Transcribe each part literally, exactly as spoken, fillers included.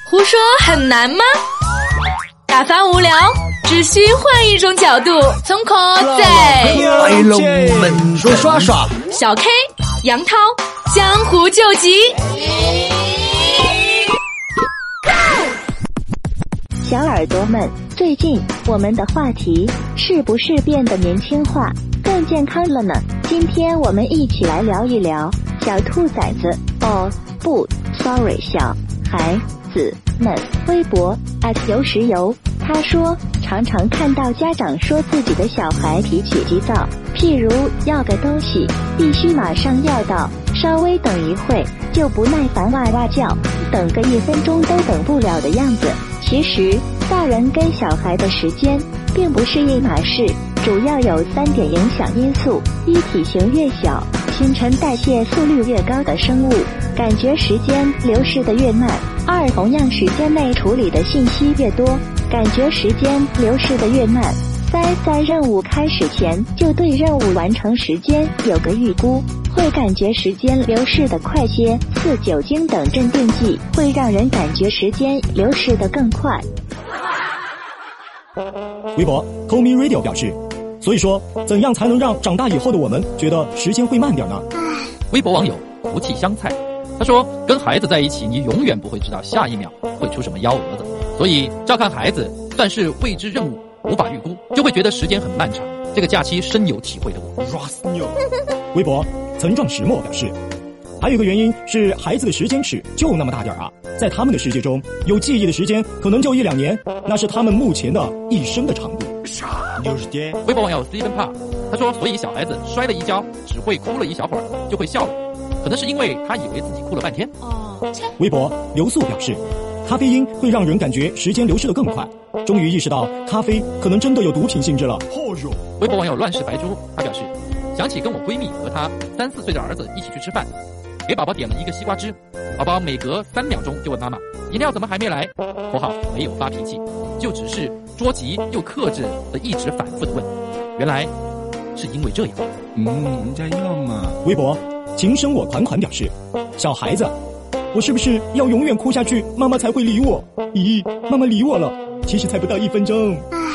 胡说很难吗？打发无聊，只需换一种角度，从口在来龙门说耍耍， 小 K 杨涛江湖救急。 小耳朵们，最近我们的话题是不是变得年轻化、更健康了呢？今天我们一起来聊一聊小兔崽子哦不 ，sorry， 小孩子们。微博 at 有石油，他说常常看到家长说自己的小孩脾气急躁，譬如要个东西必须马上要到，稍微等一会就不耐烦哇哇叫，等个一分钟都等不了的样子。其实大人跟小孩的时间并不是一码事，主要有三点影响因素：一、体型越小，新陈代谢速率越高的生物，感觉时间流逝的越慢；二、同样时间内处理的信息越多，感觉时间流逝的越慢；三、在任务开始前就对任务完成时间有个预估，会感觉时间流逝的快些；四、酒精等镇定剂会让人感觉时间流逝的更快。 微博 Call Me Radio 表示，所以说怎样才能让长大以后的我们觉得时间会慢点呢？ 微博网友福气香菜他说，跟孩子在一起你永远不会知道下一秒会出什么幺蛾子，所以照看孩子算是未知任务，无法预估，就会觉得时间很漫长。这个假期深有体会的我。 微博曾壮石墨表示，还有一个原因是孩子的时间尺就那么大点啊，在他们的世界中，有记忆的时间可能就一两年，那是他们目前的一生的长度。 微博网友 Steven Park 他说，所以小孩子摔了一跤只会哭了一小会儿就会笑了，可能是因为他以为自己哭了半天。 微博刘素表示，咖啡因会让人感觉时间流逝得更快，终于意识到咖啡可能真的有毒品性质了。 微博网友乱世白猪他表示，想起跟我闺蜜和她三四岁的儿子一起去吃饭，给宝宝点了一个西瓜汁，宝宝每隔三秒钟就问妈妈饮料怎么还没来，括号没有发脾气，就只是捉急又克制的一直反复的问，原来是因为这样。 嗯，人家要嘛。 微博情深我款款表示，小孩子，我是不是要永远哭下去妈妈才会理我？咦，妈妈理我了，其实才不到一分钟。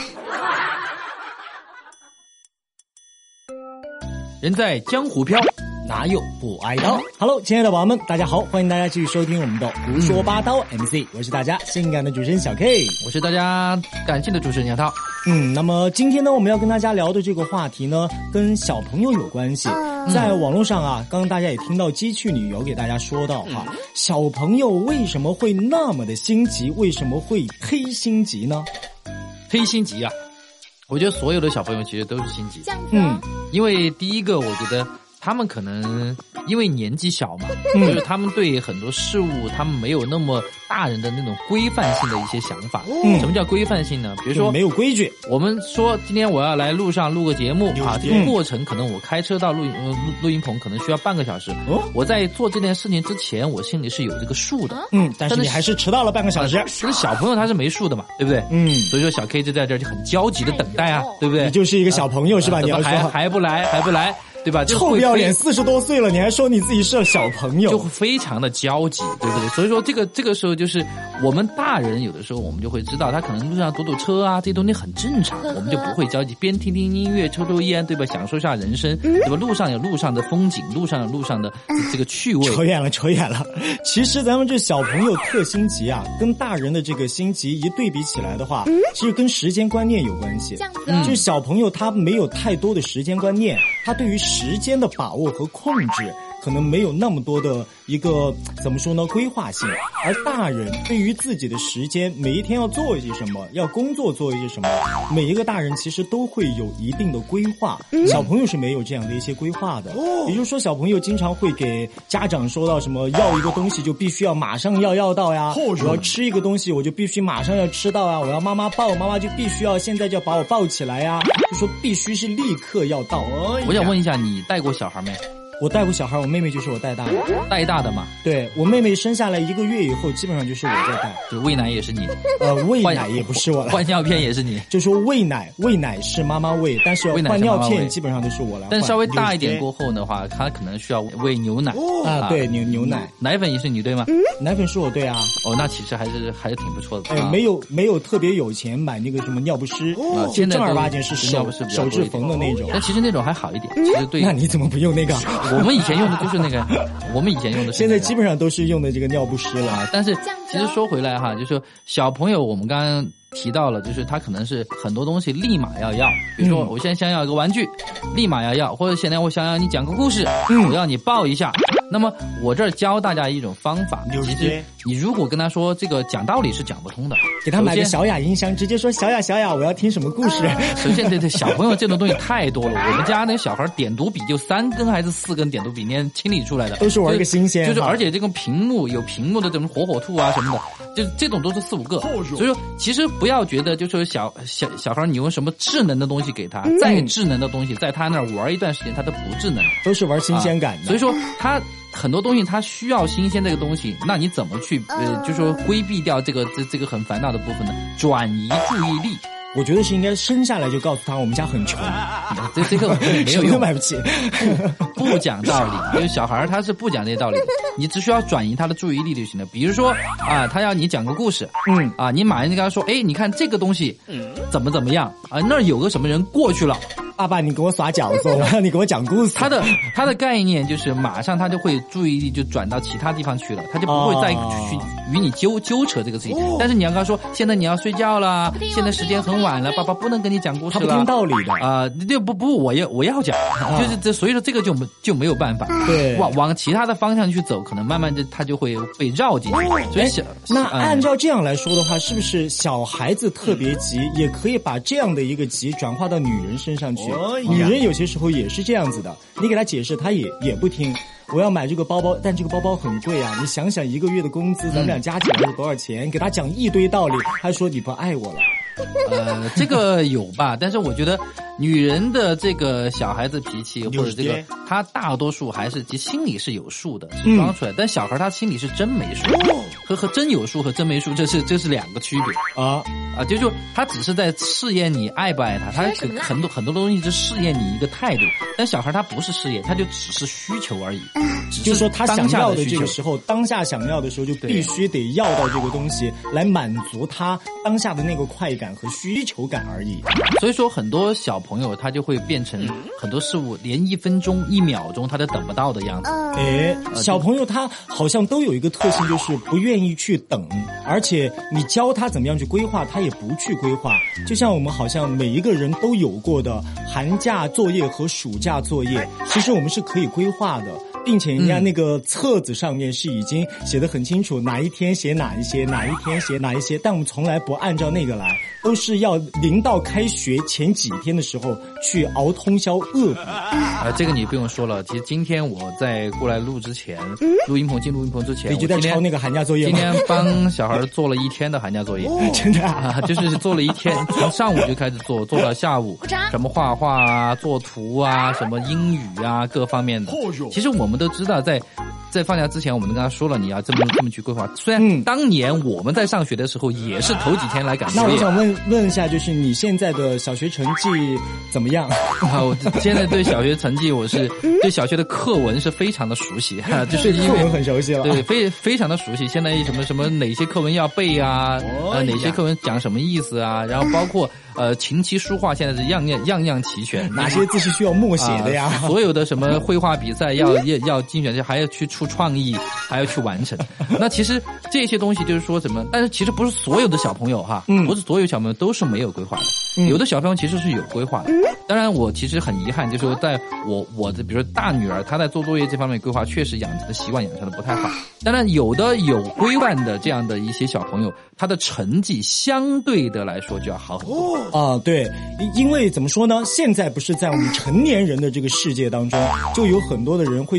人在江湖飘， 哪有不挨刀 ？Hello， 亲爱的宝宝们，大家好，欢迎大家继续收听我们的胡说八道 M C，、嗯、我是大家性感的主持人小 K， 我是大家感性的主持人杨涛。 嗯，那么今天呢，我们要跟大家聊的这个话题呢，跟小朋友有关系。嗯、在网络上啊，刚刚大家也听到机趣女友给大家说到哈、嗯，小朋友为什么会那么的心急？为什么会忒心急呢？ 忒心急啊！我觉得所有的小朋友其实都是心急。 嗯， 因为第一个，我觉得他们可能因为年纪小嘛，嗯、就是他们对很多事物，他们没有那么大人的那种规范性的一些想法。嗯，什么叫规范性呢？比如说没有规矩。 我们说今天我要来路上录个节目啊，这个过程可能我开车到录音、呃、录录音棚可能需要半个小时。哦，我在做这件事情之前，我心里是有这个数的。 嗯，但是你还是迟到了半个小时。 可是小朋友他是没数的嘛，对不对？嗯，所以说小 K 就在这儿就很焦急的等待啊，对不对？ 你就是一个小朋友、啊、是吧？你要说还还不来，还不来。对吧？ 臭不要脸，四十多岁了，你还说你自己是小朋友， 就会非常的焦急，对不对？所以说这个这个时候就是我们大人有的时候我们就会知道，他可能路上堵堵车啊，这些东西很正常，我们就不会焦急，边听听音乐，抽抽烟，对吧？享受一下人生，对吧？路上有路上的风景，路上有路上的这个趣味。 扯远了，扯远了。其实咱们这小朋友特心急啊，跟大人的这个心急一对比起来的话，其实跟时间观念有关系。 这样子、 嗯，就是小朋友他没有太多的时间观念，他对于时间的把握和控制可能没有那么多的一个怎么说呢规划性，而大人对于自己的时间每一天要做一些什么，要工作做一些什么，每一个大人其实都会有一定的规划、嗯、小朋友是没有这样的一些规划的、哦、也就是说小朋友经常会给家长说到什么要一个东西就必须要马上要要到呀，我要吃一个东西我就必须马上要吃到啊，我要妈妈抱妈妈就必须要现在就要把我抱起来呀，就说必须是立刻要到。 我想问一下，你带过小孩没？ 我带过小孩，我妹妹就是我带大的， 带大的嘛。 对，我妹妹生下来一个月以后，基本上就是我在带， 就喂奶也是你， 呃，喂奶也不是我了， 换尿片也是你。 就说喂奶，喂奶是妈妈喂，但是换尿片基本上都是我来换。 但稍微大一点过后的话，她可能需要喂牛奶、 哦、啊，对，牛牛奶， 奶粉也是你对吗？ 奶粉是我对啊。 哦，那其实还是还是挺不错的。 哎， 啊、 没有没有特别有钱买那个什么尿不湿，哦、就正儿八经是手手指缝的那种。 但其实那种还好一点，其实对。 那你怎么不用那个？ 我们以前用的就是那个，我们以前用的是、那个。 现在基本上都是用的这个尿不湿了。 啊、但是其实说回来哈，就是小朋友，我们刚刚提到了，就是他可能是很多东西立马要要，比如说我现在想要一个玩具，嗯、立马要要，或者现在我想要你讲个故事，嗯、我要你抱一下。那么我这儿教大家一种方法，其实你如果跟他说这个讲道理是讲不通的， 给他买个小雅音箱，直接说小雅小雅，我要听什么故事。 首先对对，小朋友这种东西太多了，我们家那个小孩点读笔就三根还是四根点读笔，念清理出来的， 都是玩个新鲜， 就是而且这个屏幕有屏幕的这种火火兔啊什么的，就是这种都是四五个，所以说其实不要觉得就说小小小孩你用什么智能的东西给他，嗯、再智能的东西在他那儿玩一段时间，他都不智能， 都是玩新鲜感的。 啊、所以说他。很多东西它需要新鲜这个东西，那你怎么去呃，就说规避掉这个这这个很烦恼的部分呢？转移注意力。 我觉得是应该生下来就告诉他我们家很穷， 这这个没有用， 什么都买不起， 不, 不讲道理。就是小孩他是不讲这些道理的，你只需要转移他的注意力就行了。比如说啊，他要你讲个故事，嗯啊，你马上就跟他说，哎，你看这个东西怎么怎么样啊？那儿有个什么人过去了。 爸爸，你给我耍角色，我让你给我讲故事。 他的他的概念就是马上他就会注意力就转到其他地方去了，他就不会再去与你纠纠扯这个事情。哦、但是你要跟他说，现在你要睡觉了，现在时间很晚了，爸爸不能跟你讲故事了。 他不听道理的啊、呃，就不不，我要我要讲，啊、就是这，所以说这个就就没有办法。 对， 往往其他的方向去走，可能慢慢的他就会被绕进去。哦、所以小那按照这样来说的话，是不是小孩子特别急，嗯、也可以把这样的一个急转化到女人身上去？哦、女人有些时候也是这样子的，你给她解释，她也也不听。我要买这个包包，但这个包包很贵啊！你想想一个月的工资，咱们俩加起来是多少钱？给她讲一堆道理，她说你不爱我了。 呃，这个有吧，但是我觉得女人的这个小孩子脾气或者这个，她大多数还是其实心里是有数的，是装出来。嗯、但小孩他心里是真没数，哦、和和真有数和真没数，这是这是两个区别啊啊！就就他只是在试验你爱不爱他，他很多很多东西是试验你一个态度。但小孩他不是试验，他就只是需求而已。 就是说他想要的这个时候，当下想要的时候就必须得要到这个东西来满足他当下的那个快感和需求感而已。 所以说很多小朋友他就会变成很多事物连一分钟一秒钟他都等不到的样子。 诶，小朋友他好像都有一个特性，就是不愿意去等，而且你教他怎么样去规划，他也不去规划。就像我们好像每一个人都有过的寒假作业和暑假作业，其实我们是可以规划的，并且人家那个册子上面是已经写得很清楚，哪一天写哪一些，哪一天写哪一些，但我们从来不按照那个来，都是要临到开学前几天的时候去熬通宵恶补。 啊，这个你不用说了。其实今天我在过来录之前，录音棚进录音棚之前， 你就在抄那个寒假作业吗？ 今天帮小孩做了一天的寒假作业， 哦、真的啊， 就是做了一天，从上午就开始做，做到下午，什么画画啊、做图啊、什么英语啊，各方面的。其实我们都知道在。在放假之前，我们跟他说了你要这么这么去规划。虽然当年我们在上学的时候也是头几天来赶作业。 那我想问问一下，就是你现在的小学成绩怎么样？ 啊，我现在对小学成绩，我是对小学的课文是非常的熟悉，哈、啊，就是因为课文很熟悉了， 对，非非常的熟悉。现在什么什么哪些课文要背啊？呃，哪些课文讲什么意思啊？然后包括。呃，琴棋书画现在是样样样样齐全， 哪些字是需要默写的呀？ 啊、所有的什么绘画比赛要要要竞选，还要去出创意，还要去完成。那其实这些东西就是说什么？但是其实不是所有的小朋友哈，嗯、不是所有小朋友都是没有规划的，嗯、有的小朋友其实是有规划的。当然，我其实很遗憾，就是说在我我的比如说大女儿，她在做作业这方面规划确实养成的习惯养成的不太好。当然，有的有规范的这样的一些小朋友，他的成绩相对的来说就要好很多。 啊，对，因为怎么说呢？现在不是在我们成年人的这个世界当中，就有很多的人会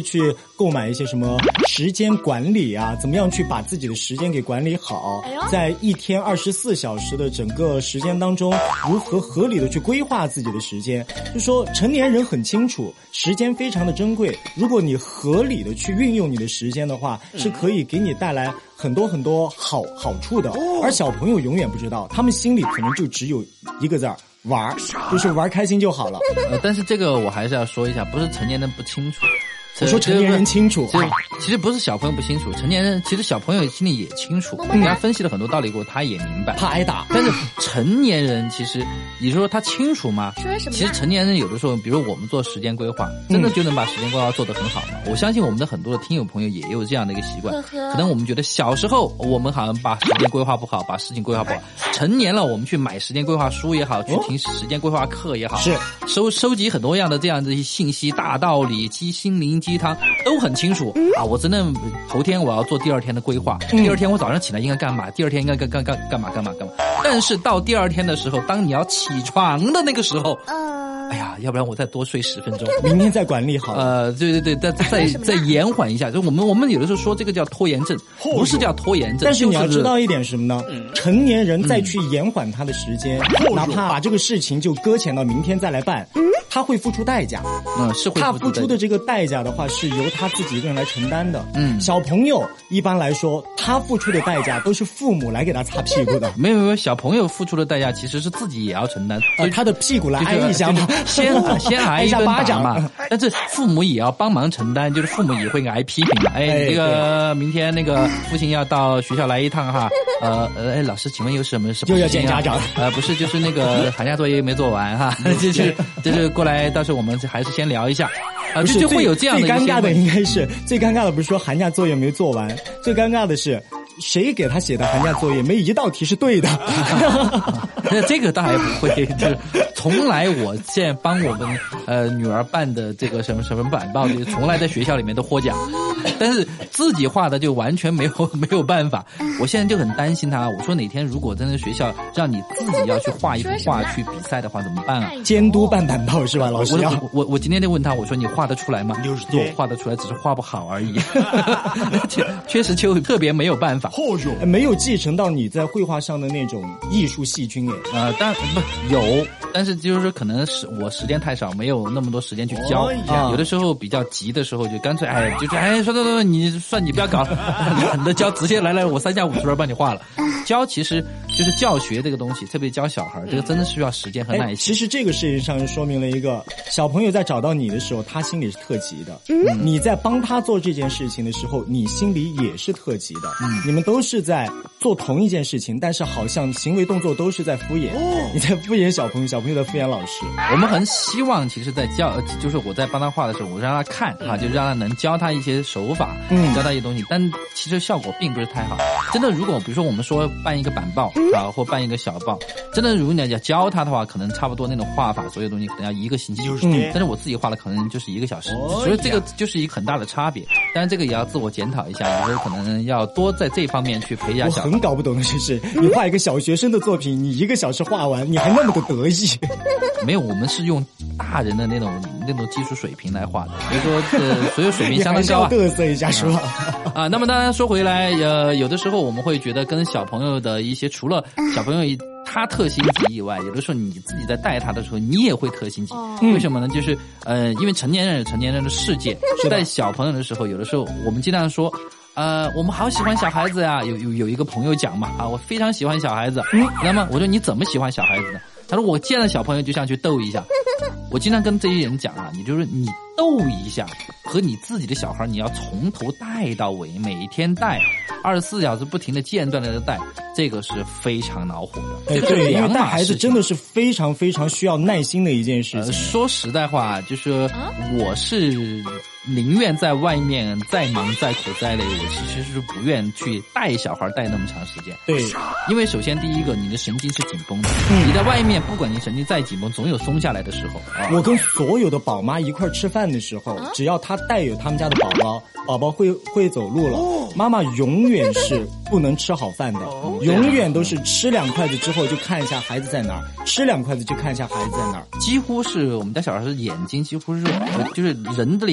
去购买一些什么时间管理啊，怎么样去把自己的时间给管理好，在一天二十四小时的整个时间当中，如何合理的去规划自己的时间。就说成年人很清楚，时间非常的珍贵，如果你合理的去运用你的时间的话，是可以给你带来很多很多好好处的。而小朋友永远不知道，他们心里可能就只有一个字儿，玩，就是玩开心就好了。 呃，但是这个我还是要说一下，不是成年人不清楚。 我说成年人清楚， 其实其实不是小朋友不清楚，成年人其实小朋友心里也清楚，人家分析了很多道理过，他也明白， 怕挨打。 但是成年人其实，你说他清楚吗？其实成年人有的时候，比如我们做时间规划，真的就能把时间规划做得很好吗？我相信我们的很多的听友朋友也有这样的一个习惯，可能我们觉得小时候我们好像把时间规划不好，把事情规划不好，成年了我们去买时间规划书也好，去听时间规划课也好，是收收集很多样的这样的一些信息、大道理、鸡心灵鸡汤都很清楚啊！我真的头天我要做第二天的规划，第二天我早上起来应该干嘛，第二天应该干干干干嘛干嘛干嘛。但是到第二天的时候，当你要起床的那个时候，哎呀，要不然我再多睡十分钟， 明天再管理好。 呃，对对对，再再再延缓一下。就我们我们有的时候说这个叫拖延症，不是叫拖延症。 但是你要知道一点什么呢？成年人再去延缓他的时间，哪怕把这个事情就搁浅到明天再来办，他会付出代价。 嗯，是会他付出的这个代价的话，是由他自己一个人来承担的。 嗯， 小朋友一般来说，他付出的代价都是父母来给他擦屁股的。 没有没有，小朋友付出的代价其实是自己也要承担。 呃，他的屁股来挨一下嘛， 先先挨一顿打嘛。但是父母也要帮忙承担，就是父母也会挨批评嘛。哎，这个明天那个父亲要到学校来一趟哈。呃呃，哎，老师，请问有什么什么？ 又要见家长？ 呃，不是，就是那个寒假作业没做完哈，就是就是过来，到时候我们还是先聊一下。啊，就就会有这样的。 最尴尬的应该是最尴尬的不是说寒假作业没做完，最尴尬的是谁给他写的寒假作业没一道题是对的。 这个倒还不会，就是从来我现在帮我们呃女儿办的这个什么什么板报，就是从来在学校里面都获奖，但是自己画的就完全没有没有办法。我现在就很担心他，我说哪天如果真的学校让你自己要去画一幅画去比赛的话怎么办啊？ 监督办板报是吧，老师？ 我我我我今天就问他，我说你画得出来吗？我画得出来，只是画不好而已。确确实就特别没有办法。 没有继承到你在绘画上的那种艺术细菌诶。 呃，但不有，但是就是说可能是我时间太少，没有那么多时间去教。哦、有的时候比较急的时候，就干脆哎，就是哎，说说说，你算你不要搞了，懒得教，直接来来，我三下五除二帮你画了。教其实就是教学这个东西，特别教小孩，这个真的需要时间和耐心。 其实这个事情上说明了一个小朋友在找到你的时候，他心里是特急的。嗯，你在帮他做这件事情的时候，你心里也是特急的。嗯，你们都是在做同一件事情，但是好像行为动作都是在敷衍。哦，你在敷衍小朋友，小朋友在敷衍老师。 我们很希望，其实，在教，就是我在帮他画的时候，我让他看啊，就让他能教他一些手法，嗯，教他一些东西，但其实效果并不是太好。真的，如果比如说我们说办一个板报啊，或办一个小报，真的如果你要教他的话，可能差不多那种画法，所有东西可能要一个星期。嗯，但是我自己画了，可能就是一个小时，所以这个就是一个很大的差别。当然，这个也要自我检讨一下，有时候可能要多在这方面去培养小孩。 我很搞不懂的就是，你画一个小学生的作品，你一个小时画完，你还那么的得意。 没有，我们是用大人的那种那种技术水平来画的，比如说呃，所有水平相当高啊。 嘚瑟一下是吧？ 啊，那么当然说回来，呃，有的时候我们会觉得跟小朋友的一些，除了小朋友他特心急以外，有的时候你自己在带他的时候，你也会特心急。嗯、为什么呢？就是呃，因为成年人有成年人的世界，在小朋友的时候，有的时候我们经常说。呃，我们好喜欢小孩子呀！有有有一个朋友讲嘛，啊，我非常喜欢小孩子。嗯，那么我说你怎么喜欢小孩子呢？他说我见了小朋友就想去逗一下。我经常跟这些人讲啊，你就是你逗一下，和你自己的小孩，你要从头带到尾，每天带，二十四小时不停的间断的带，这个是非常恼火的。 对对，因为带孩子真的是非常非常需要耐心的一件事情。 呃、说实在话，就是我是宁愿在外面再忙再苦再累，我其实是不愿去带小孩带那么长时间。 对， 因为首先第一个，你的神经是紧绷的，嗯、你在外面不管你神经再紧绷，总有松下来的时候。啊、 我跟所有的宝妈一块吃饭的时候，啊、只要她带有他们家的宝宝，宝宝会会走路了，哦、妈妈永远是不能吃好饭的，哦、永远都是吃两筷子之后就看一下孩子在哪儿，吃两筷子就看一下孩子在哪儿。 几乎是我们家小孩是眼睛几乎是就是人的眼睛是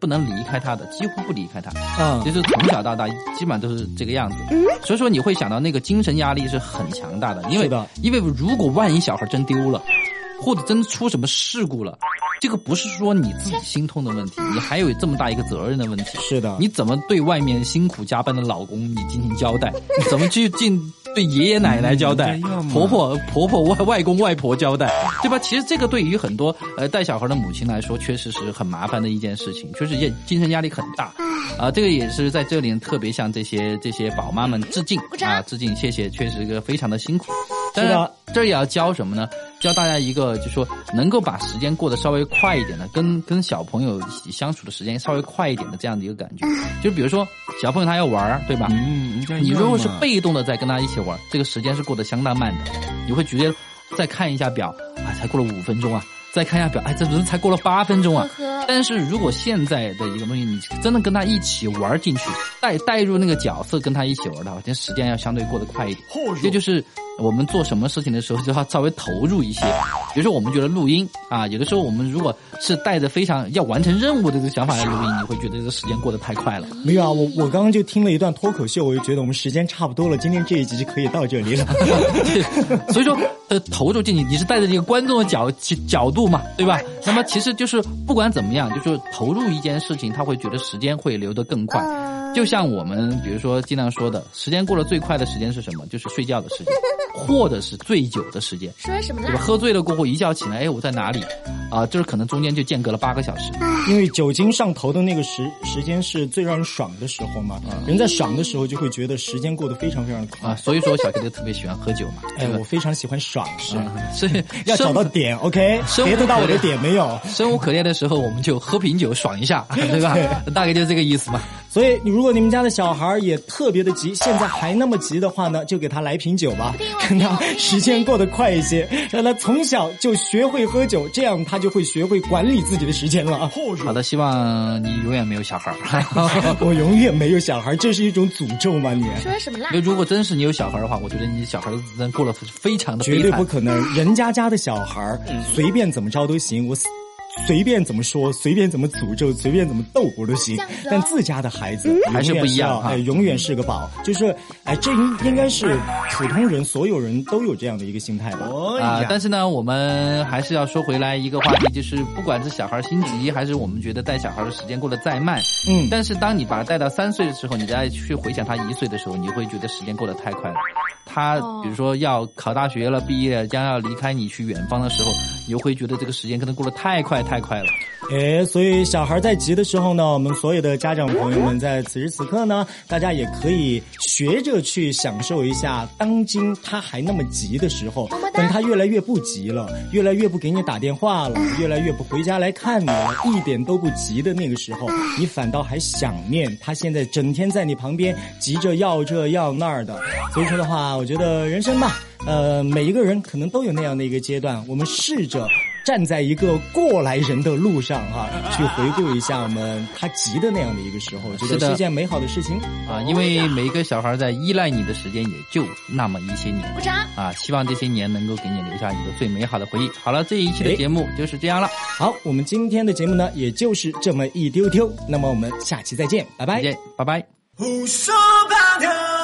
不能离开他的，几乎不离开他。 嗯， 就是从小到大基本上都是这个样子。所以说你会想到那个精神压力是很强大的，因为因为如果万一小孩真丢了，或者真出什么事故了，这个不是说你自己心痛的问题，你还有这么大一个责任的问题。 是的， 你怎么对外面辛苦加班的老公你进行交代？你怎么去进对爷爷奶奶交代？ 嗯、 婆婆婆婆外外公外婆交代，对吧？其实这个对于很多呃带小孩的母亲来说，确实是很麻烦的一件事情，确实也精神压力很大。啊、呃，这个也是在这里特别向这些这些宝妈们致敬啊，致敬，谢谢，确实一个非常的辛苦。当然，这也要教什么呢？教大家一个，就是说能够把时间过得稍微快一点的，跟跟小朋友一起相处的时间稍微快一点的这样的一个感觉。就比如说小朋友他要玩，对吧？ 嗯， 你如果是被动的在跟他一起玩，这个时间是过得相当慢的。你会觉得再看一下表，啊，才过了五分钟啊。再看一下表，哎，这人才过了八分钟啊！但是如果现在的一个东西，你真的跟他一起玩进去，带带入那个角色，跟他一起玩的话，这时间要相对过得快一点。这就是我们做什么事情的时候，就要稍微投入一些。比如说，我们觉得录音啊，有的时候我们如果是带着非常要完成任务的这个想法来录音，你会觉得这个时间过得太快了。 没有啊，我我刚刚就听了一段脱口秀，我就觉得我们时间差不多了，今天这一集就可以到这里了。 所以说，呃，投入进去，你是带着这个观众的角角度嘛，对吧？那么其实就是不管怎么样，就是投入一件事情，他会觉得时间会流得更快。就像我们比如说经常说的，时间过得最快的时间是什么？就是睡觉的时间，或者是醉酒的时间。 说什么啦？ 对吧？喝醉了过后一觉起来，哎，我在哪里？啊，就是可能中间就间隔了八个小时。 因为酒精上头的那个时时间是最让人爽的时候嘛，嗯、人在爽的时候就会觉得时间过得非常非常快啊。所以说小 K 就特别喜欢喝酒嘛。 哎，我非常喜欢爽，是， 嗯、所以要找到点 ，OK， 别得到我的点没有。 生无可恋的时候，我们就喝瓶酒爽一下，对吧？对，大概就是这个意思嘛。 所以，如果你们家的小孩也特别的急，现在还那么急的话呢，就给他来瓶酒吧，让他时间过得快一些，让他从小就学会喝酒，这样他就会学会管理自己的时间了。 好的，希望你永远没有小孩。 我永远没有小孩，这是一种诅咒吗？你说什么啦？ 如果真是你有小孩的话，我觉得你小孩子真过得非常的悲惨。 绝对不可能，人家家的小孩随便怎么着都行，我随便怎么说，随便怎么诅咒，随便怎么斗我都行，哦、但自家的孩子、嗯、 还是不一样哈， 哎，永远是个宝。就是哎，这应该是普通人所有人都有这样的一个心态吧。 啊、呃，但是呢，我们还是要说回来一个话题，就是不管是小孩心急，还是我们觉得带小孩的时间过得再慢，嗯，但是当你把他带到三岁的时候，你再去回想他一岁的时候，你会觉得时间过得太快了。他比如说要考大学了，毕业了，将要离开你去远方的时候，你会觉得这个时间可能过得太快太快了。 哎，所以小孩在急的时候呢，我们所有的家长朋友们在此时此刻呢，大家也可以学着去享受一下当今他还那么急的时候，等他越来越不急了，越来越不给你打电话了，越来越不回家来看你了，一点都不急的那个时候，你反倒还想念他现在整天在你旁边急着要这要那儿的。所以说的话，我觉得人生吧，呃，每一个人可能都有那样的一个阶段，我们试着站在一个过来人的路上哈、啊，去回顾一下我们他急的那样的一个时候，觉得是一件美好的事情啊。因为每一个小孩在依赖你的时间也就那么一些年啊，希望这些年能够给你留下一个最美好的回忆。好了，这一期的节目就是这样了。 好，我们今天的节目呢，也就是这么一丢丢。那么我们下期再见，拜拜， 再见，拜拜。 胡说八道。